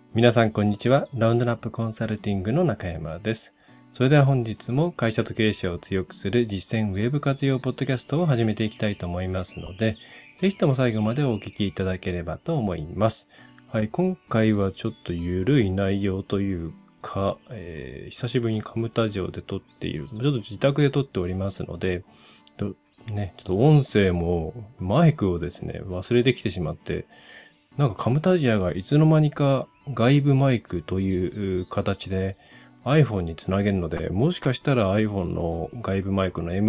皆さんこんにちは。ラウンドナップコンサルティングの中山です。それでは本日も会社と経営者を強くする実践ウェブ活用ポッドキャストを始めていきたいと思いますので、ぜひとも最後までお聞きいただければと思います。はい、今回はちょっと緩い内容というか、久しぶりにカムタジオで撮っている、ちょっと自宅で撮っておりますので、ちょっと音声もマイクをですね、忘れてきてしまって、なんかカムタジアがいつの間にか外部マイクという形で iPhone につなげるので、もしかしたら iPhone の外部マイクの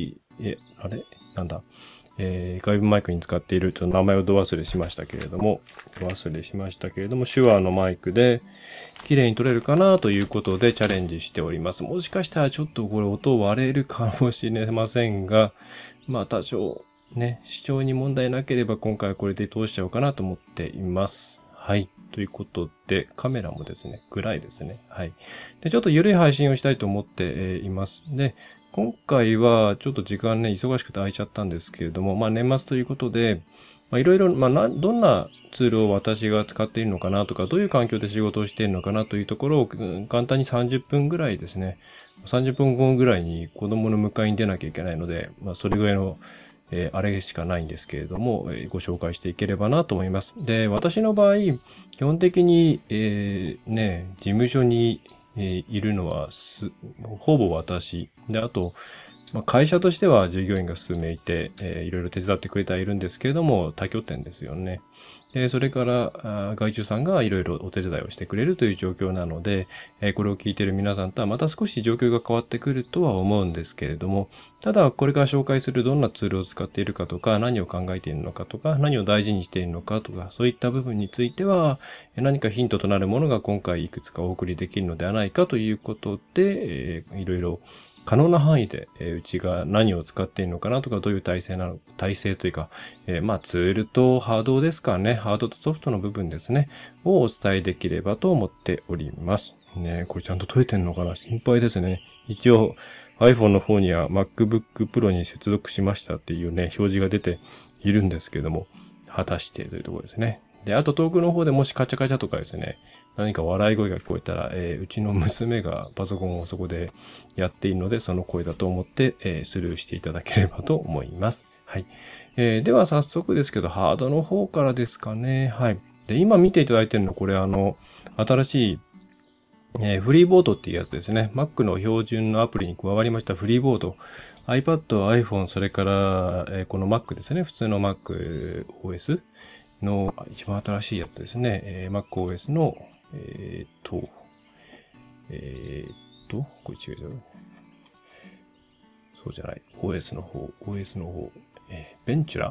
外部マイクに使っていると名前をど忘れしましたけれども、手話のマイクで綺麗に撮れるかなということでチャレンジしております。もしかしたらちょっとこれ音割れるかもしれませんが、まあ多少ね、視聴に問題なければ今回はこれで通しちゃおうかなと思っています。はい。ということで、カメラもですね、暗いですね。はい。で、ちょっと緩い配信をしたいと思っています。で、今回はちょっと時間ね、忙しくて空いちゃったんですけれども、まあ年末ということで、いろいろ、どんなツールを私が使っているのかなとか、どういう環境で仕事をしているのかなというところを、簡単に30分ぐらいですね、30分後ぐらいに子供の迎えに出なきゃいけないので、それぐらいのあれしかないんですけれども、ご紹介していければなと思います。で、私の場合、基本的に、事務所に、いるのはほぼ私。で、あと、会社としては従業員が数名いて、いろいろ手伝ってくれてはいるんですけれども、多拠点ですよね。で、それから外注さんがいろいろお手伝いをしてくれるという状況なので、これを聞いている皆さんとはまた少し状況が変わってくるとは思うんですけれども、ただこれから紹介するどんなツールを使っているかとか、何を考えているのかとか、何を大事にしているのかとか、そういった部分については、何かヒントとなるものが今回いくつかお送りできるのではないかということで、いろいろ可能な範囲で、うちが何を使っているのかなとか、どういう体制というか、ツールとハードですかね、ハードとソフトの部分ですね、をお伝えできればと思っております。ね、これちゃんと撮れてんのかな、心配ですね。一応 iPhone の方には MacBook Pro に接続しましたっていうね、表示が出ているんですけども、果たしてというところですね。で、あと遠くの方でもしカチャカチャとかですね、何か笑い声が聞こえたら、うちの娘がパソコンをそこでやっているので、その声だと思って、スルーしていただければと思います。はい。では早速ですけど、ハードの方からですかね。はい。で、今見ていただいているのは、これ新しいフリーボードっていうやつですね。Mac の標準のアプリに加わりましたフリーボード。iPad、iPhone、それから、この Mac ですね。普通の Mac OS の一番新しいやつですね。Mac OS の、これ違う。そうじゃない。OS の方。ベンチュラ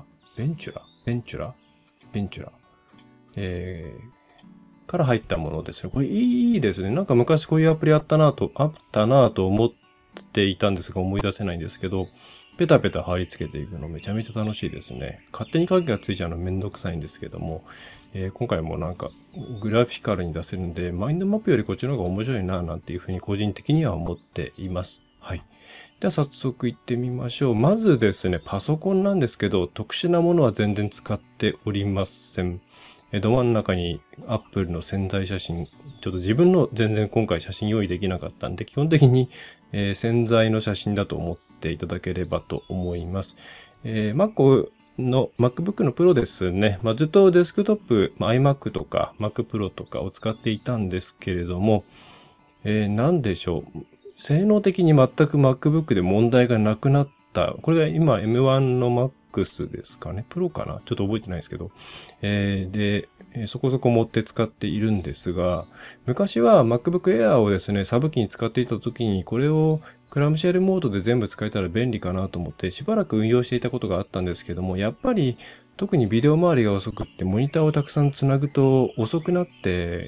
から入ったものですね。これいいですね。なんか昔こういうアプリあったなと思っていたんですが思い出せないんですけど、ペタペタ貼り付けていくのめちゃめちゃ楽しいですね。勝手に影がついちゃうのめんどくさいんですけども、今回もなんかグラフィカルに出せるんで、マインドマップよりこっちの方が面白いななんていうふうに個人的には思っています。はい。では早速行ってみましょう。まずですね、パソコンなんですけど、特殊なものは全然使っておりません。ど真ん中に Apple の潜在写真、ちょっと自分の全然今回写真用意できなかったんで、基本的に、潜在の写真だと思っていただければと思います。MacBook の Pro ですね。ずっとデスクトップ、iMac とか Mac Pro とかを使っていたんですけれども、なんでしょう。性能的に全く MacBook で問題がなくなった。これが今 M1 の Max ですかね。プロかなちょっと覚えてないですけど。で、そこそこ持って使っているんですが、昔は MacBook Air をですね、サブ機に使っていた時に、これをクラムシェルモードで全部使えたら便利かなと思って、しばらく運用していたことがあったんですけども、やっぱり特にビデオ周りが遅くって、モニターをたくさんつなぐと遅くなって、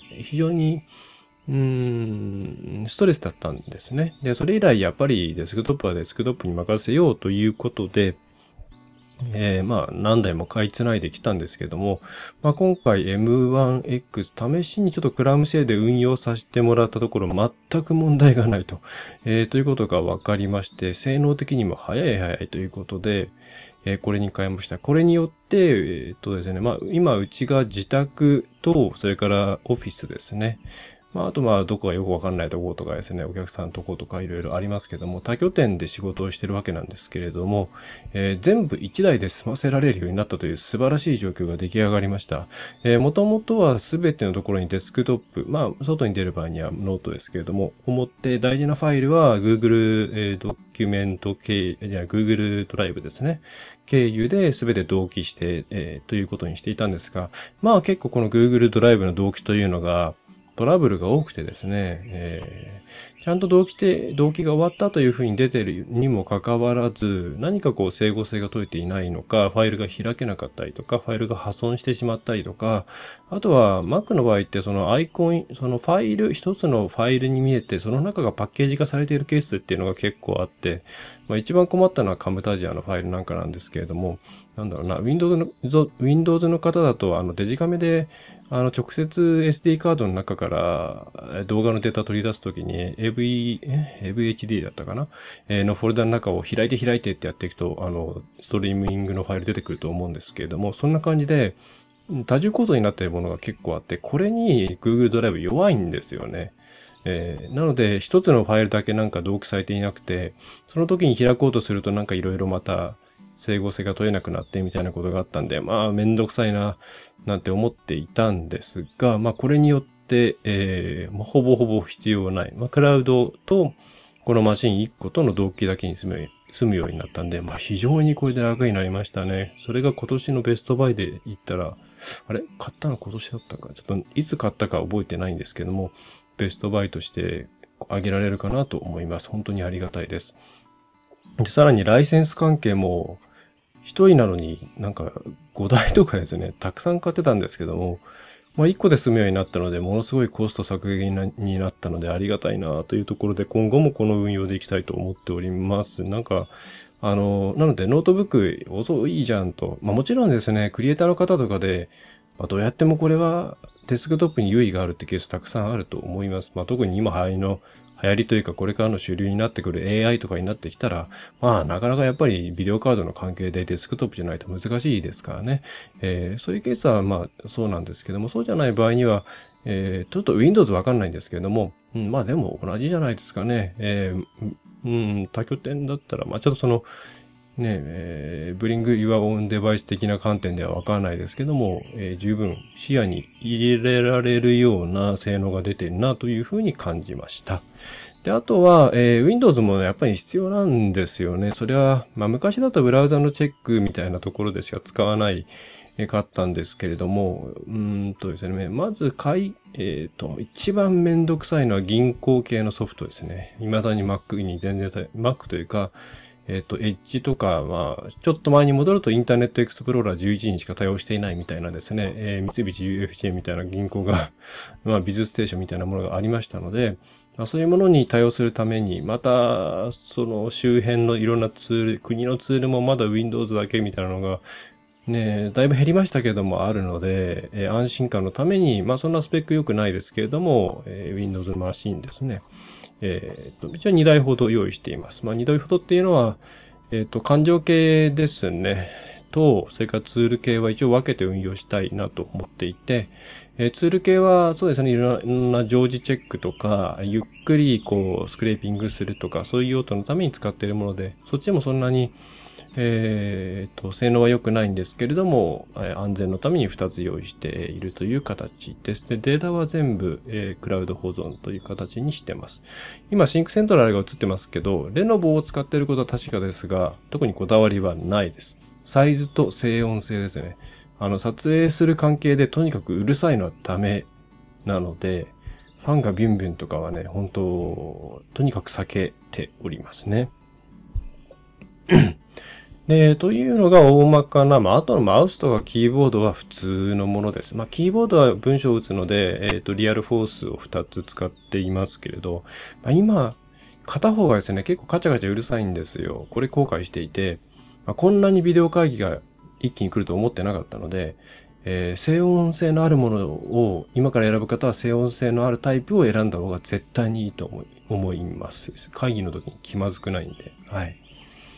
非常にストレスだったんですね。で、それ以来やっぱりデスクトップはデスクトップに任せようということで、何台も買いつないできたんですけども、今回 M1X 試しにちょっとクラムシェルで運用させてもらったところ全く問題がないと、ということが分かりまして、性能的にも速いということで、 これに変えました。これによって、ですね、今、うちが自宅と、それからオフィスですね。あとどこかよくわかんないところとかですね、お客さんのところとかいろいろありますけども、多拠点で仕事をしてるわけなんですけれども、全部一台で済ませられるようになったという素晴らしい状況が出来上がりました。もともとはすべてのところにデスクトップ、外に出る場合にはノートですけれども、大事なファイルは Google、ドキュメントGoogle ドライブですね。経由で全て同期して、ということにしていたんですが、結構この Google ドライブの同期というのが、トラブルが多くてですね、ちゃんと同期が終わったというふうに出てるにもかかわらず、何か整合性が取れていないのか、ファイルが開けなかったりとか、ファイルが破損してしまったりとか、あとは Mac の場合ってそのアイコン、そのファイル、一つのファイルに見えて、その中がパッケージ化されているケースっていうのが結構あって、一番困ったのはカムタジアのファイルなんかなんですけれども、Windows の方だと、デジカメで、直接 SD カードの中から動画のデータを取り出すときに AVHD だったかなのフォルダの中を開いてってやっていくと、ストリーミングのファイル出てくると思うんですけれども、そんな感じで多重構造になっているものが結構あって、これに Google ドライブ弱いんですよね。なので、一つのファイルだけ同期されていなくて、その時に開こうとするといろいろまた整合性が取れなくなってみたいなことがあったんで、めんどくさいな、なんて思っていたんですが、これによって、ほぼほぼ必要ない。クラウドと、このマシン1個との同期だけに済むようになったんで、非常にこれで楽になりましたね。それが今年のベストバイで言ったら、買ったの今年だったか、ちょっといつ買ったか覚えてないんですけども、ベストバイとして挙げられるかなと思います。本当にありがたいです。で、さらにライセンス関係も、一人なのに5台とかですね、たくさん買ってたんですけども、1個で済むようになったので、ものすごいコスト削減になったのでありがたいなというところで、今後もこの運用でいきたいと思っております。なのでノートブック遅いじゃんと。もちろんですね、クリエイターの方とかで、どうやってもこれはデスクトップに優位があるってケースたくさんあると思います。特に今流行りというかこれからの主流になってくる AI とかになってきたら、なかなかやっぱりビデオカードの関係でデスクトップじゃないと難しいですからね。そういうケースはそうなんですけども、そうじゃない場合には、ちょっと Windows わかんないんですけども、でも同じじゃないですかね。多拠点だったら、ちょっとBring Your Own Device 的な観点ではわからないですけども、十分視野に入れられるような性能が出てるなというふうに感じました。で、あとは、Windows もやっぱり必要なんですよね。それは、昔だとブラウザのチェックみたいなところでしか使わないかったんですけれども、ですね、まず一番めんどくさいのは銀行系のソフトですね。未だに Mac にMac というか、エッジとか、ちょっと前に戻るとインターネットエクスプローラー11にしか対応していないみたいなですね、三菱 UFJ みたいな銀行がビズステーションみたいなものがありましたので、そういうものに対応するために、また、その周辺のいろんなツール、国のツールもまだ Windows だけみたいなのが、だいぶ減りましたけどもあるので、安心感のために、そんなスペック良くないですけれども、Windows のマシンですね。一応2台ほど用意しています。2台ほどっていうのは、感情系ですね。それからツール系は一応分けて運用したいなと思っていて、ツール系はそうですね、いろんな常時チェックとか、ゆっくりスクレーピングするとか、そういう用途のために使っているもので、そっちもそんなに、性能は良くないんですけれども、安全のために2つ用意しているという形です。で、データは全部、クラウド保存という形にしてます。今、シンクセントラルが映ってますけど、レノボを使っていることは確かですが、特にこだわりはないです。サイズと静音性ですね。撮影する関係でとにかくうるさいのはダメなので、ファンがビュンビュンとかはね、本当とにかく避けておりますね。で、というのが大まかな、あとのマウスとかキーボードは普通のものです。キーボードは文章を打つので、リアルフォースを2つ使っていますけれど、今、片方がですね、結構カチャカチャうるさいんですよ。これ後悔していて、こんなにビデオ会議が一気に来ると思ってなかったので、静音性のあるものを今から選ぶ方は静音性のあるタイプを選んだ方が絶対にいいと思います。会議の時に気まずくないんで。はい。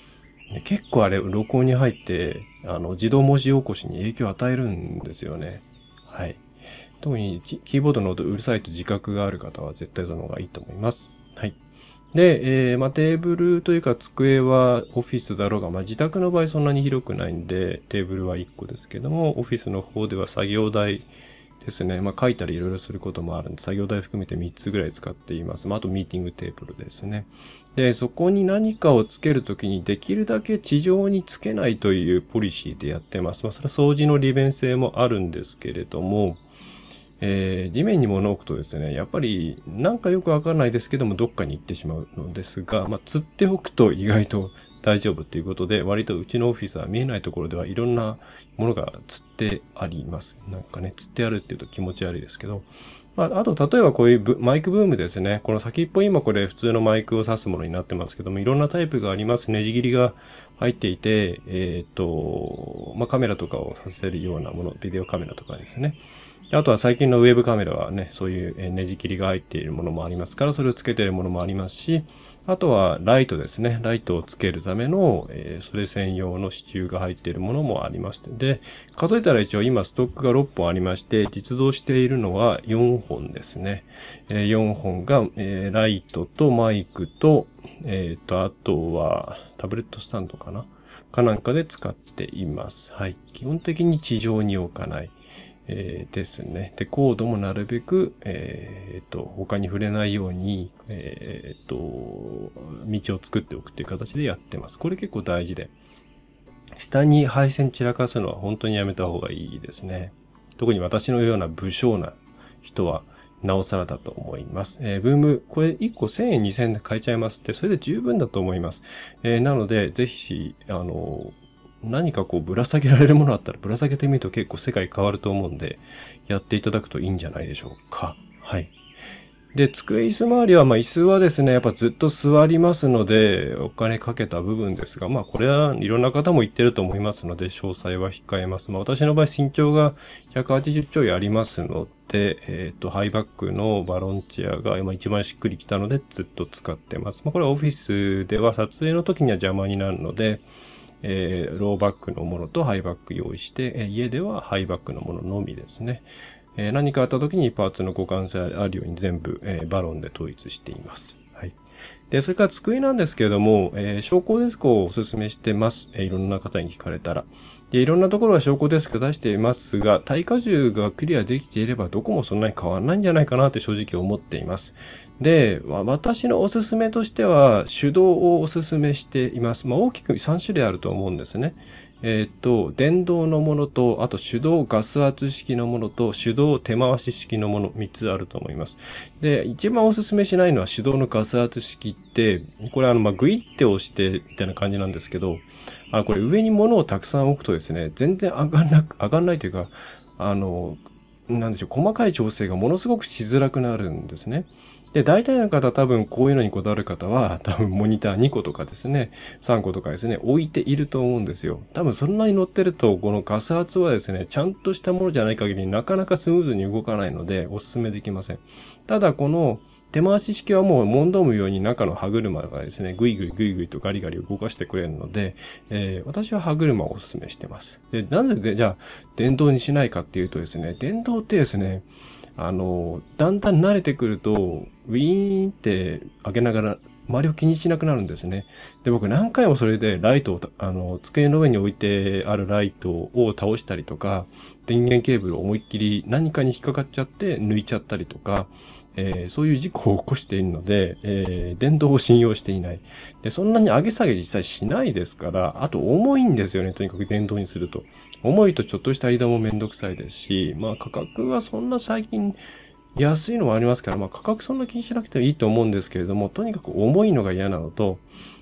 ね、結構あれ、録音に入って、自動文字起こしに影響を与えるんですよね。はい。特にキーボードの音うるさいと自覚がある方は絶対その方がいいと思います。はい。で、テーブルというか机はオフィスだろうが、自宅の場合そんなに広くないんで、テーブルは1個ですけども、オフィスの方では作業台ですね。書いたりいろいろすることもあるんで、作業台含めて3つぐらい使っています。あとミーティングテーブルですね。で、そこに何かをつけるときにできるだけ地上につけないというポリシーでやってます。それは掃除の利便性もあるんですけれども、地面に物を置くとですね、やっぱりなんかよくわかんないですけども、どっかに行ってしまうのですが、釣っておくと意外と大丈夫っていうことで、割とうちのオフィスは見えないところではいろんなものが釣ってあります。なんかね、釣ってあるっていうと気持ち悪いですけど、あと、例えばこういうマイクブームですね。この先っぽ今これ普通のマイクを挿すものになってますけども、いろんなタイプがあります。ネジ切りが入っていて、カメラとかをさせるようなもの、ビデオカメラとかですね。あとは最近のウェブカメラはね、そういうネジ切りが入っているものもありますから、それをつけているものもありますし、あとはライトですね。ライトをつけるための、それ専用の支柱が入っているものもあります。で、数えたら一応今ストックが6本ありまして、実動しているのは4本ですね。4本が、ライトとマイクと、あとはタブレットスタンドかなんかで使っています。はい。基本的に地上に置かない。ですね。で、コードもなるべく、他に触れないように、道を作っておくっていう形でやってます。これ結構大事で。下に配線散らかすのは本当にやめた方がいいですね。特に私のような武将な人は、なおさらだと思います。ブーム、これ1個1000円2000円で買えちゃいますって、それで十分だと思います。なので、ぜひ、何かこうぶら下げられるものあったらぶら下げてみると結構世界変わると思うんで、やっていただくといいんじゃないでしょうか。はい。で、机椅子周りは、椅子はですね、やっぱずっと座りますので、お金かけた部分ですが、これはいろんな方も言ってると思いますので、詳細は控えます。私の場合身長が180ちょいありますので、ハイバックのバロンチェアが今一番しっくりきたのでずっと使ってます。これはオフィスでは撮影の時には邪魔になるので、ローバックのものとハイバック用意して、家ではハイバックのもののみですね。何かあった時にパーツの互換性あるように全部、バロンで統一しています。はい。で、それから机なんですけれども、昇降デスクをお勧めしてます。いろんな方に聞かれたら。で、いろんなところは昇降デスク出していますが、耐荷重がクリアできていればどこもそんなに変わらないんじゃないかなって正直思っています。で、私のおすすめとしては、手動をおすすめしています。大きく3種類あると思うんですね。電動のものと、あと手動ガス圧式のものと、手動手回し式のもの、3つあると思います。で、一番おすすめしないのは手動のガス圧式って、これグイって押して、みたいな感じなんですけど、これ上に物をたくさん置くとですね、全然上がんないというか、なんでしょう、細かい調整がものすごくしづらくなるんですね。で、大体の方多分こういうのにこだわる方は多分モニター2個とかですね、3個とかですね、置いていると思うんですよ。多分そんなに乗ってるとこのガス圧はですね、ちゃんとしたものじゃない限りなかなかスムーズに動かないのでお勧めできません。ただこの手回し式はもう問答無用に中の歯車がですね、ぐいぐいとガリガリ動かしてくれるので、私は歯車をお勧めしてます。で、なぜで、じゃあ電動にしないかっていうとですね、電動ってですね、だんだん慣れてくると、ウィーンって開けながら、周りを気にしなくなるんですね。で、僕何回もそれでライトを、机の上に置いてあるライトを倒したりとか、電源ケーブルを思いっきり何かに引っかかっちゃって抜いちゃったりとか、そういう事故を起こしているので、電動を信用していない。で、そんなに上げ下げ実際しないですから、あと重いんですよね、とにかく電動にすると。重いとちょっとした移動もめんどくさいですし、価格はそんな最近安いのもありますから、価格そんな気にしなくてもいいと思うんですけれども、とにかく重いのが嫌なのと、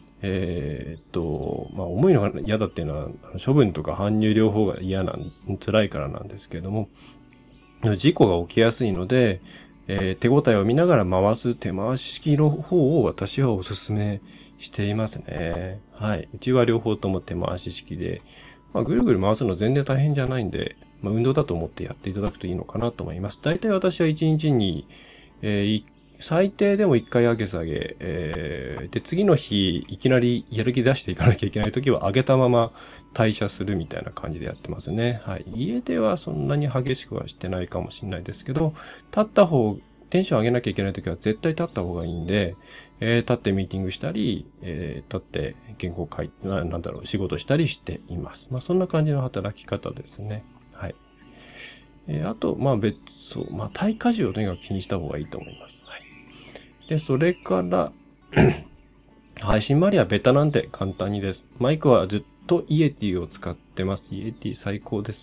重いのが嫌だっていうのは、処分とか搬入両方が辛いからなんですけれども、事故が起きやすいので、手応えを見ながら回す手回し式の方を私はお勧めしていますね。はい。うちは両方とも手回し式で、ぐるぐる回すの全然大変じゃないんで、運動だと思ってやっていただくといいのかなと思います。大体私は1日に、 最低でも1回上げ下げ、で、次の日、いきなりやる気出していかなきゃいけないときは上げたまま退社するみたいな感じでやってますね。はい。家ではそんなに激しくはしてないかもしれないですけど、テンション上げなきゃいけないときは絶対立った方がいいんで、立ってミーティングしたり、立って原稿書いて、仕事したりしています。まあ、そんな感じの働き方ですね。はい。あと、体荷重をとにかく気にした方がいいと思います。はい。で、それから、配信周りはベタなんで簡単にです。マイクはずっとイエティを使ってます。イエティ最高です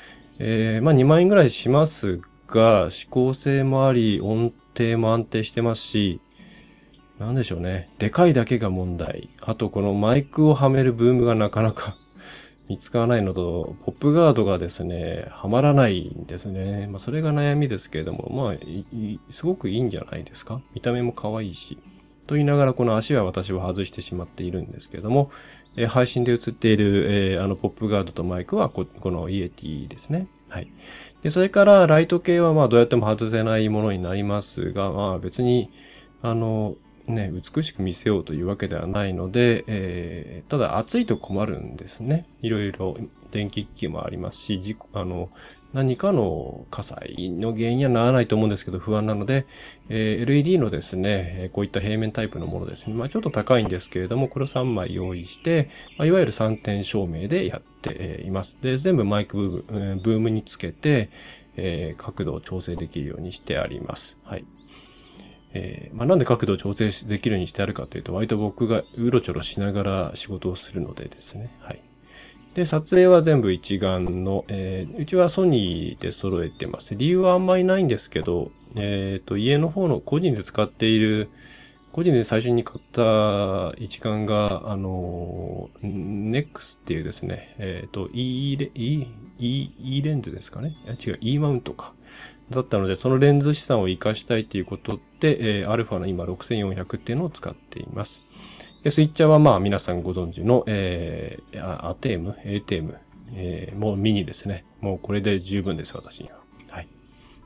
。2万円ぐらいしますが、指向性もあり、音程も安定してますし、なんでしょうね。でかいだけが問題。あと、このマイクをはめるブームがなかなか見つからないのと、ポップガードがですね、はまらないんですね。それが悩みですけれども、すごくいいんじゃないですか。見た目も可愛いし。と言いながら、この足は私は外してしまっているんですけれども、配信で映っている、ポップガードとマイクはこのイエティですね。はい。で、それから、ライト系はどうやっても外せないものになりますが、別に、美しく見せようというわけではないので、ただ暑いと困るんですね。いろいろ電気機器もありますし、何かの火災の原因にはならないと思うんですけど不安なので、LED のですね、こういった平面タイプのものですね。ちょっと高いんですけれども、これを3枚用意して、いわゆる3点照明でやっています。で、全部マイクブームにつけて、角度を調整できるようにしてあります。はい。なんで角度を調整できるようにしてあるかというと、割と僕がうろちょろしながら仕事をするのでですね。はい。で、撮影は全部一眼の、うちはソニーで揃えてます。理由はあんまりないんですけど、家の方の個人で使っている、個人で最初に買った一眼が、NEX っていうですね、E レンズですかね。違う、E マウントか。だったので、そのレンズ資産を活かしたいということで、アルファの今6400っていうのを使っています。でスイッチャーは皆さんご存知の、アテーム、ATEM、もうミニですね。もうこれで十分です、私には。はい。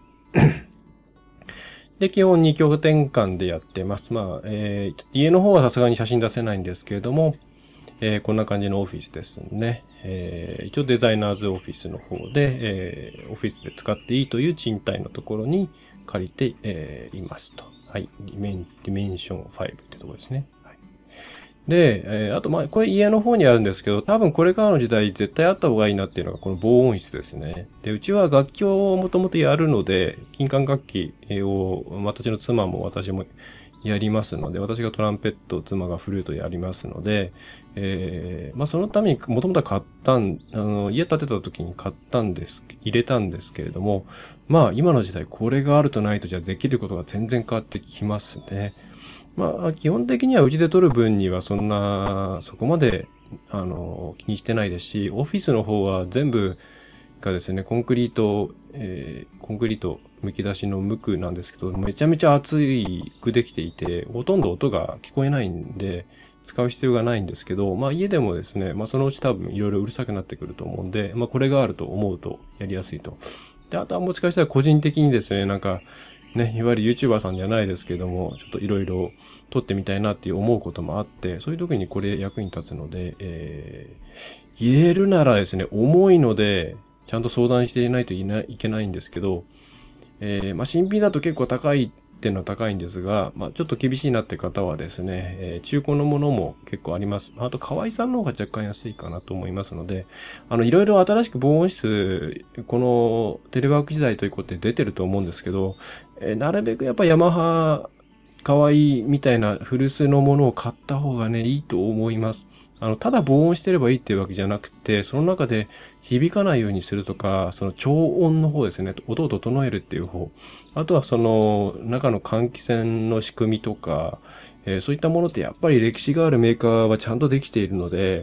で、基本2極転換でやってます。家の方はさすがに写真出せないんですけれども、こんな感じのオフィスですね。一応デザイナーズオフィスの方で、オフィスで使っていいという賃貸のところに借りて、いますと。はい。ディメンション5ってところですね。はい、で、あとこれ家の方にあるんですけど、多分これからの時代絶対あった方がいいなっていうのがこの防音室ですね。で、うちは楽器をもともとやるので、金管楽器を私の妻も私もやりますので、私がトランペット、妻がフルートやりますので、そのためにもともとは家建てた時に入れたんですけれども、今の時代これがあるとないとじゃできることが全然変わってきますね。基本的にはうちで撮る分にはそこまで、気にしてないですし、オフィスの方は全部がですね、コンクリート剥き出しの無垢なんですけど、めちゃめちゃ厚くできていて、ほとんど音が聞こえないんで、使う必要がないんですけど、家でもですね、そのうち多分いろいろうるさくなってくると思うんで、これがあると思うとやりやすいと。で、あとはもしかしたら個人的にですね、いわゆる YouTuber さんじゃないですけども、ちょっといろいろ撮ってみたいなっていう思うこともあって、そういう時にこれ役に立つので、言えるならですね、重いので、ちゃんと相談していないといけないんですけど、新品だと結構高いっていうのは高いんですが、ちょっと厳しいなって方はですね、中古のものも結構あります。あと、河合さんの方が若干安いかなと思いますので、いろいろ新しく防音室、このテレワーク時代ということで出てると思うんですけど、なるべくやっぱヤマハ、河合みたいな古巣のものを買った方がね、いいと思います。ただ防音してればいいっていうわけじゃなくて、その中で響かないようにするとか、その超音の方ですね、音を整えるっていう方。あとはその中の換気扇の仕組みとか、そういったものってやっぱり歴史があるメーカーはちゃんとできているので、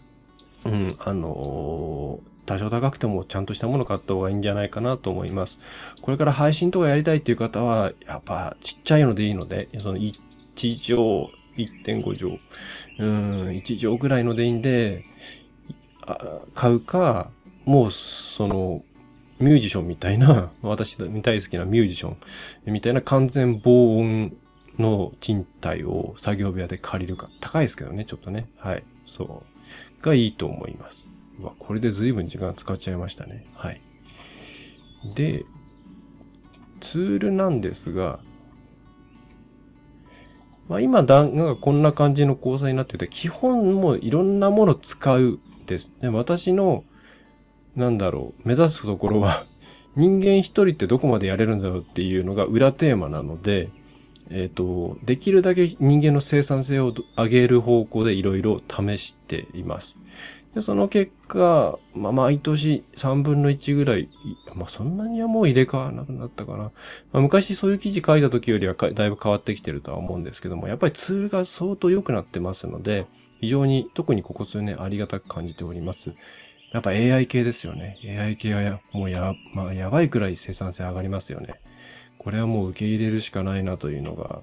多少高くてもちゃんとしたもの買った方がいいんじゃないかなと思います。これから配信とかやりたいっていう方は、やっぱちっちゃいのでいいので、その1畳、1.5 畳、1畳ぐらいのでいいんで、買うか、もうミュージションみたいな、私大好きなミュージションみたいな完全防音の賃貸を作業部屋で借りるか。高いですけどね、ちょっとね。はい。そう。がいいと思います。うわ、これで随分時間使っちゃいましたね。はい。で、ツールなんですが、まあ今なんかこんな感じの構成になってて、基本もういろんなもの使うですね。私の、目指すところは、人間一人ってどこまでやれるんだろうっていうのが裏テーマなので、できるだけ人間の生産性を上げる方向でいろいろ試しています。で、その結果、毎年3分の1ぐらい、そんなにはもう入れ替わらなくなったかな。昔そういう記事書いた時よりはだいぶ変わってきてるとは思うんですけども、やっぱりツールが相当良くなってますので、非常に特にここ数年ありがたく感じております。やっぱ AI 系ですよね。AI 系はもうやばいくらい生産性上がりますよね。これはもう受け入れるしかないなというのが、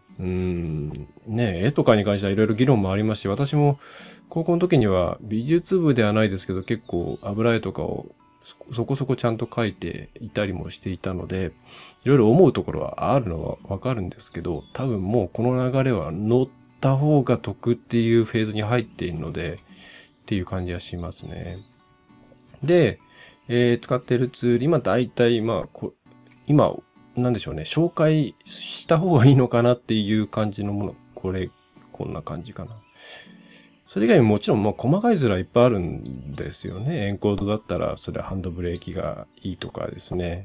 絵とかに関してはいろいろ議論もありますし、私も高校の時には美術部ではないですけど、結構油絵とかをそこそこちゃんと描いていたりもしていたので、いろいろ思うところはあるのはわかるんですけど、多分もうこの流れは乗った方が得っていうフェーズに入っているので、っていう感じはしますね。で、使っているツール、今大体、今、なんでしょうね、紹介した方がいいのかなっていう感じのもの。こんな感じかな。それ以外にもちろん細かいズラいっぱいあるんですよね。エンコードだったら、それはハンドブレーキがいいとかですね。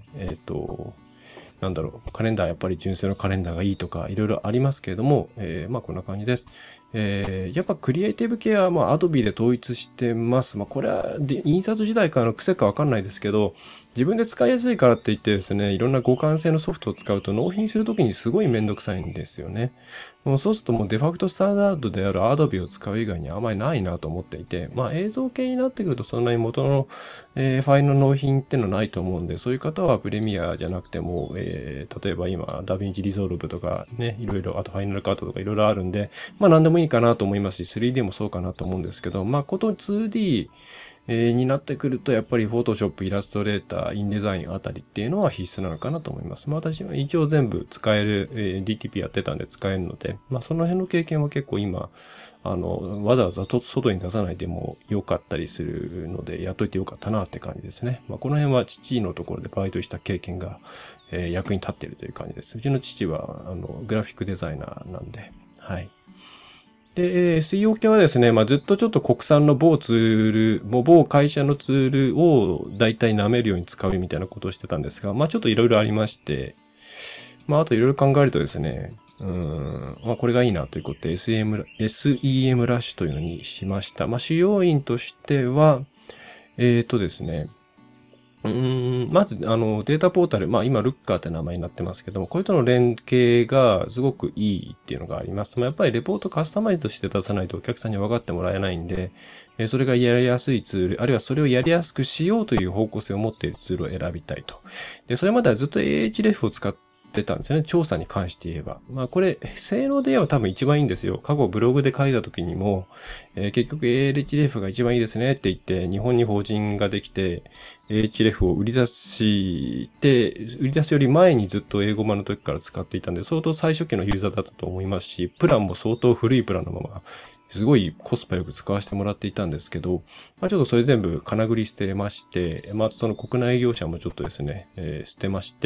カレンダーやっぱり純正のカレンダーがいいとか、いろいろありますけれども、こんな感じです。やっぱクリエイティブ系はAdobe で統一してます。これは印刷時代からの癖かわかんないですけど、自分で使いやすいからって言ってですね、いろんな互換性のソフトを使うと納品するときにすごいめんどくさいんですよね。そうするともうデファクトスタンダードである Adobe を使う以外にあまりないなと思っていて、映像系になってくるとそんなに元の、ファイルの納品ってのはないと思うんで、そういう方はプレミアじゃなくても、例えば今、ダヴィンチリゾルブとかね、いろいろ、あとファイナルカットとかいろいろあるんで、何でもいいかなと思いますし、3D もそうかなと思うんですけど、こと 2D、になってくると、やっぱり Photoshop、イラストレーター、インデザインあたりっていうのは必須なのかなと思います。私は一応全部使える、DTP やってたんで使えるので、その辺の経験は結構今、わざわざ外に出さないでも良かったりするので、やっといて良かったなって感じですね。この辺は父のところでバイトした経験が、役に立っているという感じです。うちの父は、グラフィックデザイナーなんで、はい。で、SEO 系はですね、ずっとちょっと国産の某ツール、某会社のツールを大体舐めるように使うみたいなことをしてたんですが、ちょっといろいろありまして、あといろいろ考えるとですね、これがいいなということで SEM ラッシュというのにしました。主要因としては、ですね、まず、データポータル、今、ルッカーって名前になってますけども、これとの連携がすごくいいっていうのがあります。やっぱりレポートカスタマイズとして出さないとお客さんに分かってもらえないんで、それがやりやすいツール、あるいはそれをやりやすくしようという方向性を持っているツールを選びたいと。で、それまではずっと Ahref を使ってたんですよね。調査に関して言えば。これ、性能で言えば多分一番いいんですよ。過去ブログで書いた時にも、結局 Ahref が一番いいですねって言って、日本に法人ができて、Ahref を売り出すより前にずっと英語版の時から使っていたんで、相当最初期のユーザーだったと思いますし、プランも相当古いプランのまま、すごいコスパよく使わせてもらっていたんですけど、ちょっとそれ全部金繰り捨てまして、その国内業者もちょっとですね、捨てまして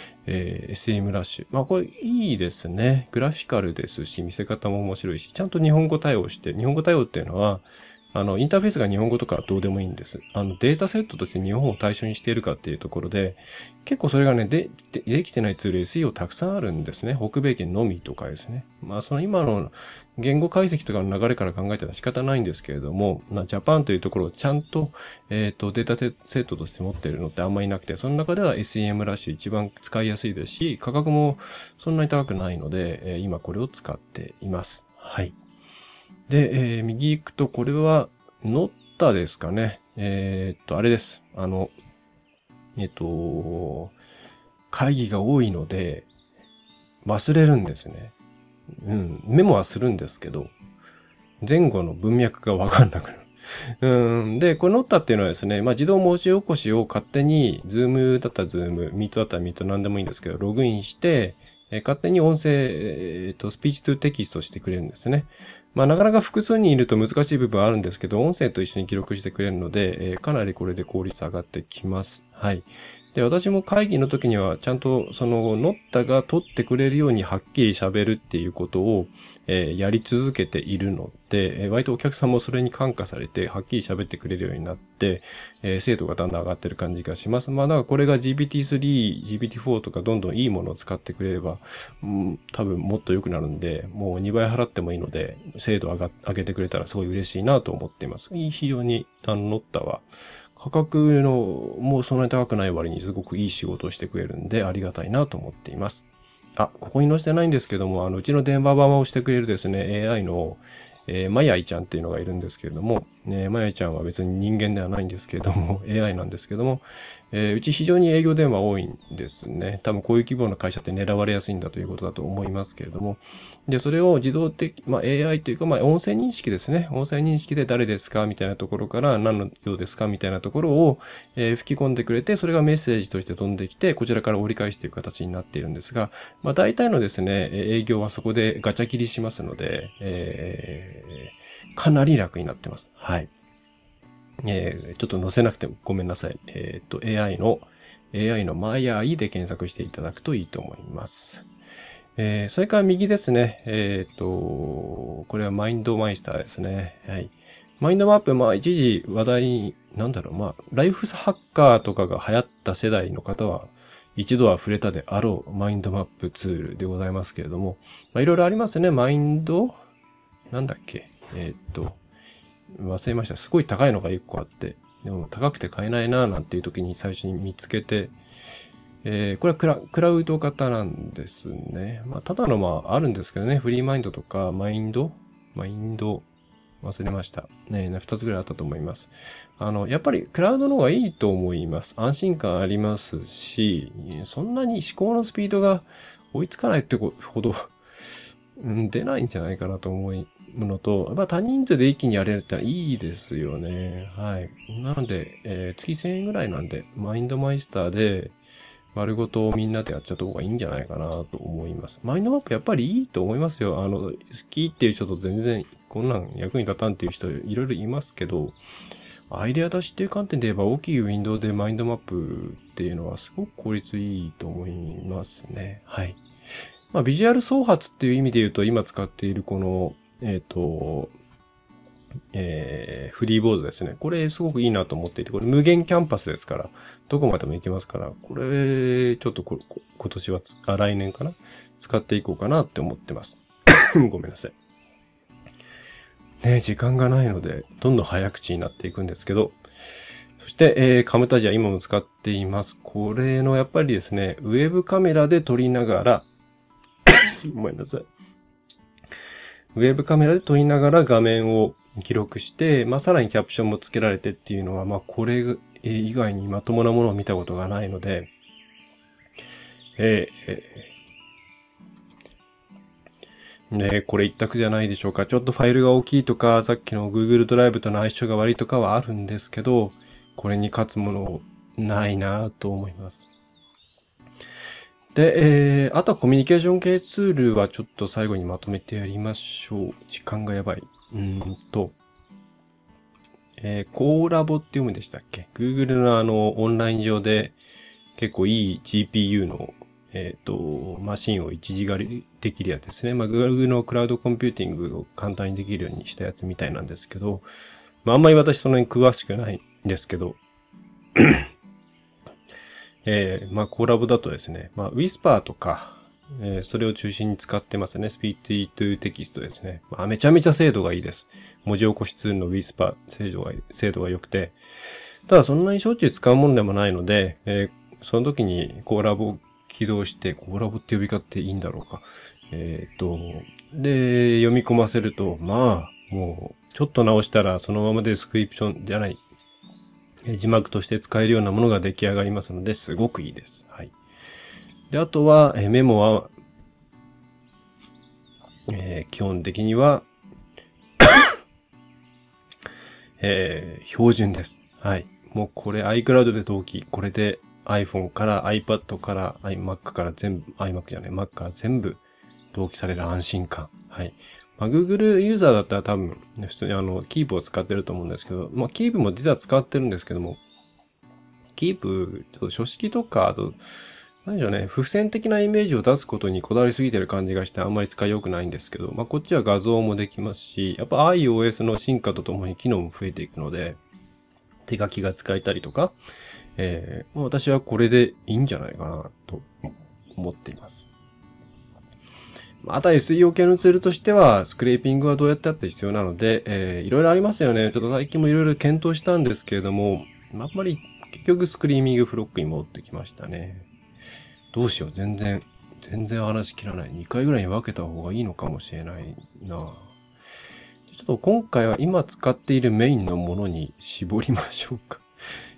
、SEM ラッシュ。これいいですね。グラフィカルですし、見せ方も面白いし、ちゃんと日本語対応して、日本語対応っていうのは、インターフェースが日本語とかはどうでもいいんです。データセットとして日本を対象にしているかっていうところで、結構それがね、できてないツール SEO たくさんあるんですね。北米圏のみとかですね。その今の言語解析とかの流れから考えたら仕方ないんですけれども、ジャパンというところをちゃんと、データセットとして持っているのってあんまりなくて、その中では SEM ラッシュ一番使いやすいですし、価格もそんなに高くないので、今これを使っています。はい。で、右行くと、これは、ノッタですかね。あれです。会議が多いので、忘れるんですね。メモはするんですけど、前後の文脈がわかんなくなる。 で、このノッタっていうのはですね、まあ、自動文字起こしを勝手に、ズームだったらズーム、ミートだったらミートなんでもいいんですけど、ログインして、勝手に音声、スピーチトゥテキストしてくれるんですね。まあ、なかなか複数人いると難しい部分はあるんですけど、音声と一緒に記録してくれるので、かなりこれで効率上がってきます。はい。で、私も会議の時にはちゃんとそのノッタが取ってくれるようにはっきり喋るっていうことを、やり続けているので、割とお客さんもそれに感化されてはっきり喋ってくれるようになって、精度がだんだん上がってる感じがします。まあだからこれが GPT-3、GPT-4 とかどんどんいいものを使ってくれれば、多分もっと良くなるんで、もう2倍払ってもいいので、精度上げてくれたらすごい嬉しいなと思っています。非常にノッタは価格のもうそんなに高くない割にすごくいい仕事をしてくれるんでありがたいなと思っています。あ、ここに載せてないんですけども、うちの電話番をしてくれるですね、AI の、マヤイちゃんっていうのがいるんですけれども、マヤイちゃんは別に人間ではないんですけれども、AI なんですけども、うち非常に営業電話多いんですね。多分こういう規模の会社って狙われやすいんだということだと思いますけれども、で、それを自動的、まあ、AI というか、まあ、音声認識ですね。音声認識で誰ですかみたいなところから何のようですかみたいなところを、吹き込んでくれて、それがメッセージとして飛んできて、こちらから折り返していく形になっているんですが、まあ、大体のですね、営業はそこでガチャ切りしますので、かなり楽になってます。はい。ちょっと載せなくてもごめんなさい。AI のマヤイで検索していただくといいと思います。それから右ですね。これはマインドマイスターですね。はい。マインドマップ、まあ一時話題、まあ、ライフハッカーとかが流行った世代の方は、一度は触れたであろうマインドマップツールでございますけれども、まあいろいろありますね。マインドなんだっけ忘れました。すごい高いのが1個あって、でも高くて買えないななんていう時に最初に見つけて、これはクラウド型なんですね。まあ、ただのあるんですけどね、フリーマインドとか、マインド、忘れました。2つぐらいあったと思います。やっぱりクラウドの方がいいと思います。安心感ありますし、そんなに思考のスピードが追いつかないってほど出ないんじゃないかなと思うのと、やっぱ多人数で一気にやれるっていいですよね。はい。なので、月1000円ぐらいなんで、マインドマイスターで、丸ごとみんなでやっちゃった方がいいんじゃないかなと思います。マインドマップやっぱりいいと思いますよ。好きっていう人と全然こんなん役に立たんっていう人いろいろいますけど、アイデア出しっていう観点で言えば大きいウィンドウでマインドマップっていうのはすごく効率いいと思いますね。はい。まあ、ビジュアル創発っていう意味で言うと今使っているこの、フリーボードですね。これすごくいいなと思っていて、これ無限キャンパスですから、どこまでも行けますから、これ、ちょっと今年は来年かな使っていこうかなって思ってます。ごめんなさい。ね、時間がないので、どんどん早口になっていくんですけど、そして、カムタジア今も使っています。これのやっぱりですね、ウェブカメラで撮りながら、ごめんなさい。ウェブカメラで撮りながら画面を記録して、まあ、さらにキャプションも付けられてっていうのは、まあ、これ以外にまともなものを見たことがないので、これ一択じゃないでしょうか。ちょっとファイルが大きいとか、さっきの Google ドライブとの相性が悪いとかはあるんですけど、これに勝つものないなと思います。で、あとはコミュニケーション系ツールはちょっと最後にまとめてやりましょう。時間がやばい。コーラボって読むんでしたっけ？ Google のオンライン上で結構いい GPU のマシンを一時狩りできるやつですね。まあ、Google のクラウドコンピューティングを簡単にできるようにしたやつみたいなんですけど、まあ、あんまり私そんなに詳しくないんですけど、まあ、コラボだとですね、まあ、Whisper とか、それを中心に使ってますね。Speech to Text ですね。まあ、めちゃめちゃ精度がいいです。文字起こしツールの Whisper、精度が良くて、ただそんなにしょっちゅう使うもんでもないので、その時にコラボ起動して、コラボって呼び方っていいんだろうか。で、読み込ませると、まあ、もう、ちょっと直したらそのままデスクリプションじゃない、字幕として使えるようなものが出来上がりますので、すごくいいです。はい。で、あとは、メモは、基本的には標準です。はい。もうこれ iCloud で同期、これで iPhone から iPad から iMac から全部、iMac じゃない、Mac から全部同期される安心感。はい。まあ、Google ユーザーだったら多分、普通にKeep を使ってると思うんですけど、まあ、Keep も実は使ってるんですけども、Keep、ちょっと書式とか、あと、なんでしょうね、付箋的なイメージを出すことにこだわりすぎてる感じがしてあんまり使い良くないんですけど、まあ、こっちは画像もできますし、やっぱ iOS の進化とともに機能も増えていくので、手書きが使えたりとか、まあ、私はこれでいいんじゃないかなと思っています。あとは SEO 系のツールとしては、スクレーピングはどうやってあって必要なので、いろいろありますよね。ちょっと最近もいろいろ検討したんですけれども、あんまり結局スクリーミングフロックに戻ってきましたね。どうしよう、全然話切らない。2回ぐらいに分けた方がいいのかもしれないな。ちょっと今回は今使っているメインのものに絞りましょうか。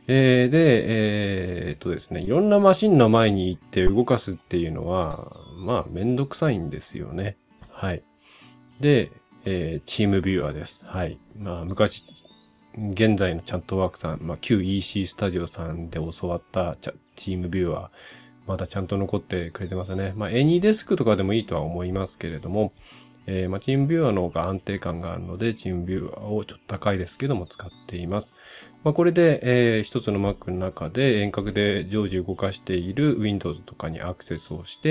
ですね、いろんなマシンの前に行って動かすっていうのは、まあ、めんどくさいんですよね。はい。で、チームビューアーです。はい。まあ、現在のチャットワークさん、まあ、旧 EC スタジオさんで教わったチームビューアー、まだちゃんと残ってくれてますね。まあ、Any デスクとかでもいいとは思いますけれども、まあ、チームビューアーの方が安定感があるので、チームビューアーをちょっと高いですけども使っています。まあ、これで、一つの Mac の中で遠隔で常時動かしている Windows とかにアクセスをして、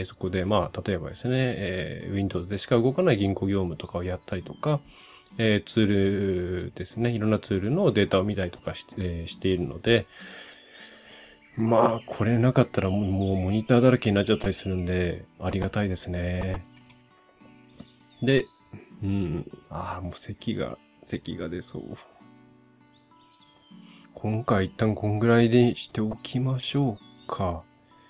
そこでまあ、例えばですね、Windows でしか動かない銀行業務とかをやったりとか、ツールですね、いろんなツールのデータを見たりとかしているので、まあ、これなかったらもうモニターだらけになっちゃったりするんで、ありがたいですね。で、もう咳が出そう。今回一旦こんぐらいでしておきましょうか。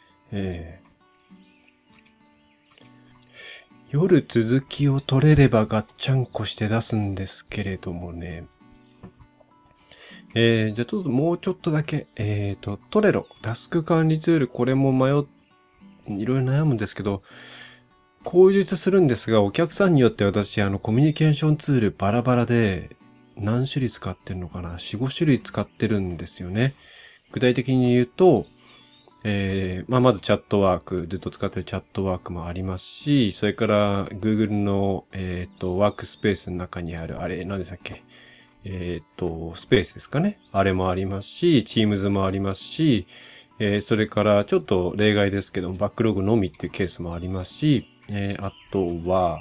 夜続きを取れればガッチャンコして出すんですけれどもね。じゃあちょっともうちょっとだけ、トレロ、タスク管理ツール、これもいろいろ悩むんですけど、口述するんですが、お客さんによって私、コミュニケーションツールバラバラで、何種類使ってるのかな ?4、5種類使ってるんですよね。具体的に言うと、まずチャットワーク、ずっと使ってるチャットワークもありますし、それから Google の、ワークスペースの中にある、何でしたっけスペースですかね。あれもありますし、Teams もありますし、それからちょっと例外ですけど、バックログのみっていうケースもありますし、あとは、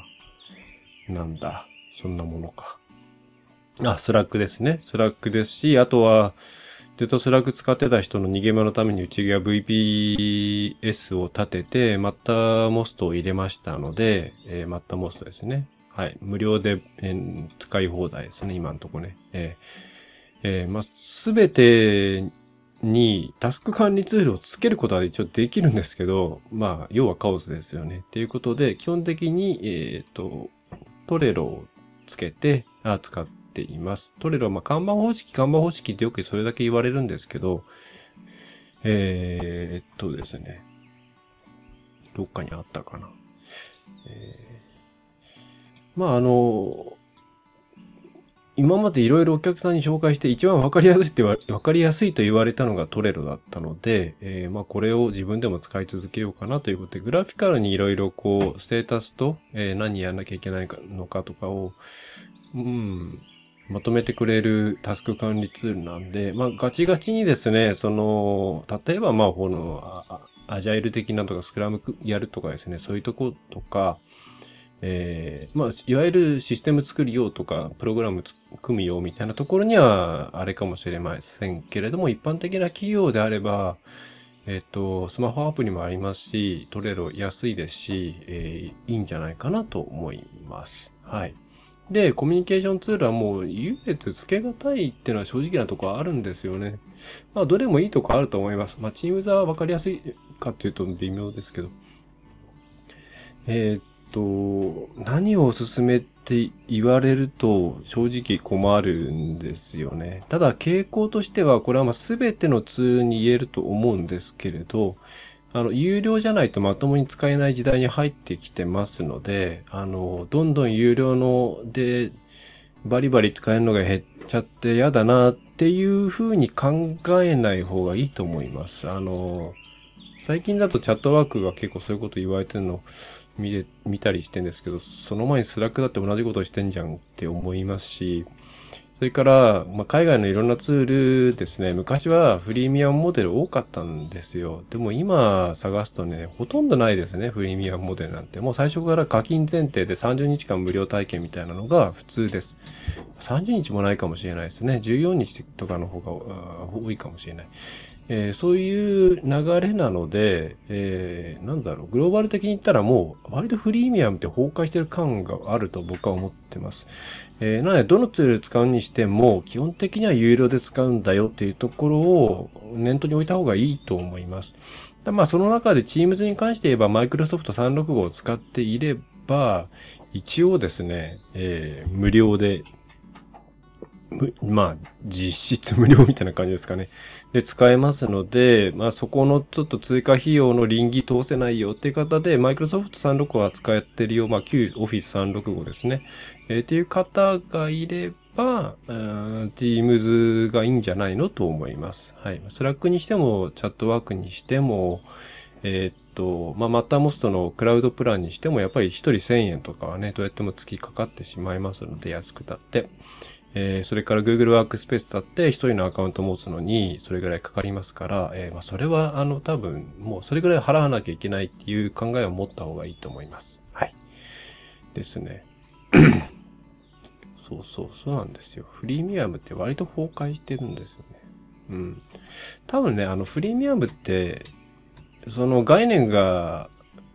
そんなものか。スラックですね。スラックですし、あとは、ずっとスラック使ってた人の逃げ場のために内側 VPS を立てて、マッターモストを入れましたので、マッターモストですね。はい。無料で、使い放題ですね、今のとこね。すべてにタスク管理ツールをつけることは一応できるんですけど、要はカオスですよね。っていうことで、基本的に、トレロを使っています。トレロは看板方式ってよくそれだけ言われるんですけど、ですね。どっかにあったかな。今までいろいろお客さんに紹介して一番わかりやすいと言われたのがトレロだったので、これを自分でも使い続けようかなということで、グラフィカルにいろいろステータスと、何やらなきゃいけないのかとかを、まとめてくれるタスク管理ツールなんで、ガチガチにですね、例えばアジャイル的なとかスクラムやるとかですね、そういうとことか、いわゆるシステム作りようとか、プログラム組むようみたいなところには、あれかもしれませんけれども、一般的な企業であれば、スマホアプリもありますし、トレロ安いですし、いいんじゃないかなと思います。はい。で、コミュニケーションツールはもう優劣つけがたいっていうのは正直なところあるんですよね。どれもいいとこあると思います。チームザはわかりやすいかっていうと微妙ですけど。何をおすすめって言われると正直困るんですよね。ただ傾向としてはこれは全てのツールに言えると思うんですけれど、有料じゃないとまともに使えない時代に入ってきてますので、どんどん有料ので、 バリバリ使えるのが減っちゃって嫌だなっていう風に考えない方がいいと思います。最近だとチャットワークが結構そういうこと言われてるの見たりしてんですけど、その前にスラックだって同じことしてんじゃんって思いますし、それから、海外のいろんなツールですね、昔はフリーミアムモデル多かったんですよ。でも今探すとね、ほとんどないですね、フリーミアムモデルなんて。もう最初から課金前提で30日間無料体験みたいなのが普通です。30日もないかもしれないですね。14日とかの方が多いかもしれない。そういう流れなので、グローバル的に言ったらもう割とフリーミアムって崩壊してる感があると僕は思ってます。なのでどのツール使うにしても基本的には有料で使うんだよっていうところを念頭に置いた方がいいと思います。その中で Teams に関して言えば Microsoft 365を使っていれば一応ですね、無料で実質無料みたいな感じですかね。で、使えますので、そこのちょっと追加費用の倫理通せないよっていう方で、Microsoft 365は使ってるよ、旧 Office 365ですね。っていう方がいれば、Teams がいいんじゃないのと思います。はい。Slack にしても、チャットワークにしても、マッターモストのクラウドプランにしても、やっぱり1人1000円とかはね、どうやっても月かかってしまいますので、安くたって。それから Google ワークスペースだって一人のアカウント持つのにそれぐらいかかりますから、それは多分もうそれぐらい払わなきゃいけないっていう考えを持った方がいいと思います。はい。ですね。そうなんですよ。フリーミアムって割と崩壊してるんですよね。うん。多分ね、フリーミアムって、その概念が、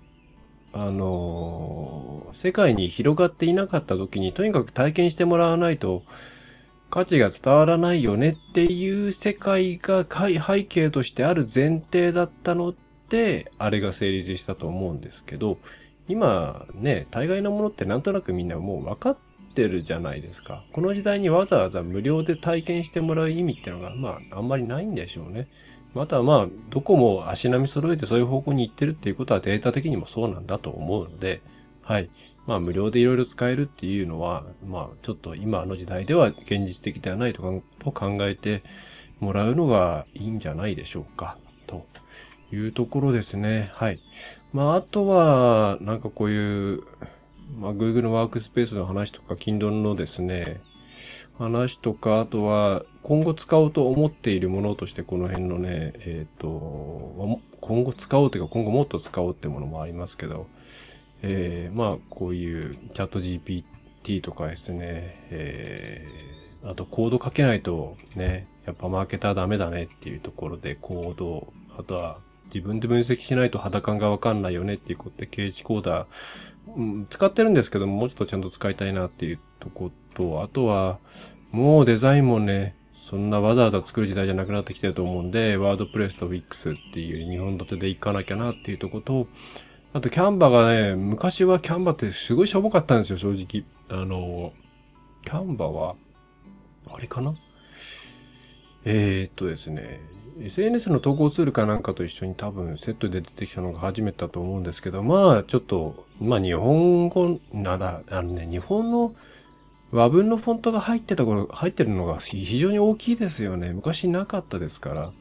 世界に広がっていなかった時に、とにかく体験してもらわないと、価値が伝わらないよねっていう世界が背景としてある前提だったので、あれが成立したと思うんですけど、今ね、大概のものってなんとなくみんなもう分かってるじゃないですか。この時代にわざわざ無料で体験してもらう意味っていうのが、あんまりないんでしょうね。またどこも足並み揃えてそういう方向に行ってるっていうことはデータ的にもそうなんだと思うので、はい。無料でいろいろ使えるっていうのは、ちょっと今の時代では現実的ではないと考えてもらうのがいいんじゃないでしょうか。というところですね。はい。あとは、こういう、Google のワークスペースの話とか、Kindle のですね、話とか、あとは、今後使おうと思っているものとして、この辺のね、今後使おうというか、今後もっと使おうってものもありますけど、こういうチャット GPT とかですね、あとコード書けないとね、やっぱマーケターダメだねっていうところでコード、あとは自分で分析しないと肌感がわかんないよねっていうことで、ケージコーダー、使ってるんですけども、もうちょっとちゃんと使いたいなっていうとこと、あとは、もうデザインもね、そんなわざわざ作る時代じゃなくなってきてると思うんで、ワードプレスと Wix っていう2本立てでいかなきゃなっていうとこと、あとキャンバがね、昔はキャンバってすごいしょぼかったんですよ、正直。キャンバは、あれかなですね、SNS の投稿ツールかなんかと一緒に多分セットで出てきたのが初めてだと思うんですけど、ちょっと、日本語なら、日本の和文のフォントが入ってるのが非常に大きいですよね。昔なかったですから。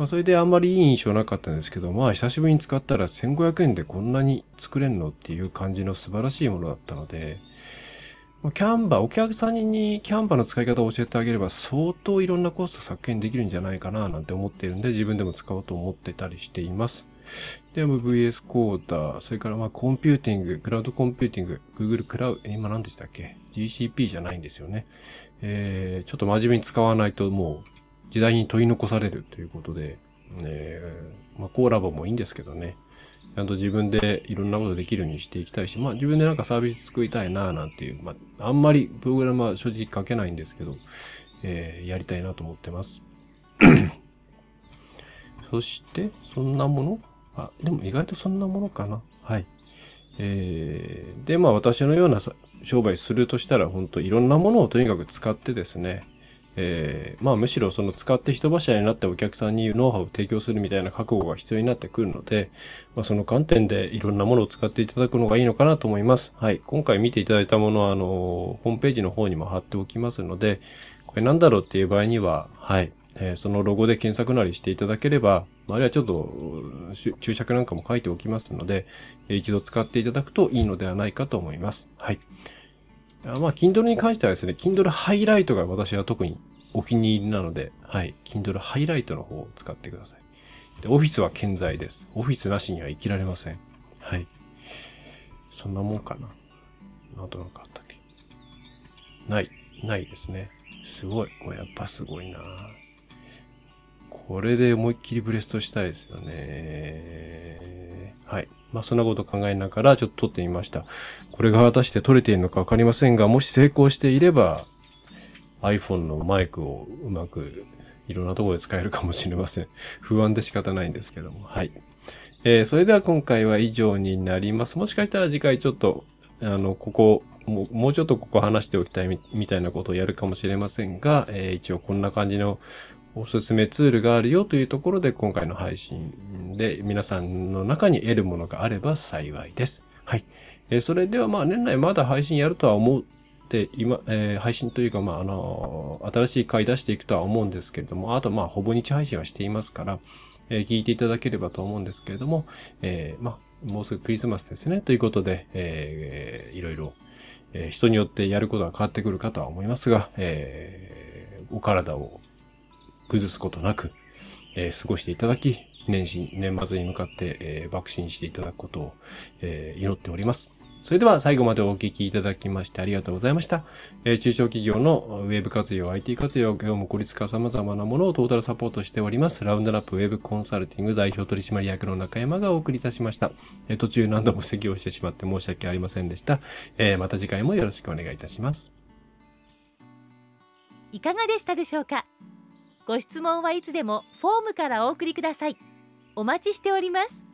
それであんまりいい印象なかったんですけど、久しぶりに使ったら1500円でこんなに作れんのっていう感じの素晴らしいものだったので、キャンバ、お客さんにキャンバの使い方を教えてあげれば相当いろんなコスト削減できるんじゃないかななんて思っているんで、自分でも使おうと思ってたりしています。で、VS コーダー、それからコンピューティング、クラウドコンピューティング、Google クラウド、今何でしたっけ ?GCP じゃないんですよね。ちょっと真面目に使わないともう時代に問い残されるということで、コーラボもいいんですけどね。ちゃんと自分でいろんなことできるようにしていきたいし、自分でサービス作りたいななんていう、あんまりプログラムは正直書けないんですけど、やりたいなと思ってます。そして、そんなものでも意外とそんなものかな。はい。で、私のような商売するとしたら、本当いろんなものをとにかく使ってですね、 むしろその使って人柱になったお客さんにノウハウを提供するみたいな覚悟が必要になってくるので、その観点でいろんなものを使っていただくのがいいのかなと思います。はい。今回見ていただいたものは、ホームページの方にも貼っておきますので、これなんだろうっていう場合には、はい。そのロゴで検索なりしていただければ、あるいはちょっと注釈なんかも書いておきますので、一度使っていただくといいのではないかと思います。はい。Kindle に関してはですね、Kindle ハイライトが私は特にお気に入りなので、はい。Kindle ハイライトの方を使ってください。で、オフィスは健在です。オフィスなしには生きられません。はい。そんなもんかな。なんとなくあったっけ。ないですね。すごい。これやっぱすごいな。これで思いっきりブレストしたいですよね。はい。そんなことを考えながらちょっと撮ってみました。これが果たして撮れているのかわかりませんが、もし成功していれば、iPhone のマイクをうまくいろんなところで使えるかもしれません。不安で仕方ないんですけども。はい。それでは今回は以上になります。もしかしたら次回ちょっと、もうちょっとここ話しておきたいみたいなことをやるかもしれませんが、一応こんな感じのおすすめツールがあるよというところで今回の配信で皆さんの中に得るものがあれば幸いです。はい。それでは年内まだ配信やるとは思って配信というか新しい回出していくとは思うんですけれども、あとほぼ日配信はしていますから、聞いていただければと思うんですけれども、もうすぐクリスマスですね。ということで、いろいろ、人によってやることが変わってくるかとは思いますが、お体を崩すことなく、過ごしていただき、年末に向かって、爆心していただくことを、祈っております。それでは最後までお聞きいただきましてありがとうございました。中小企業のウェブ活用、IT 活用、業務効率化様々なものをトータルサポートしております。ラウンドラップウェブコンサルティング代表取締役の中山がお送りいたしました。途中何度も指摘をしてしまって申し訳ありませんでした。また次回もよろしくお願いいたします。 いかがでしたでしょうか。ご質問はいつでもフォームからお送りください。お待ちしております。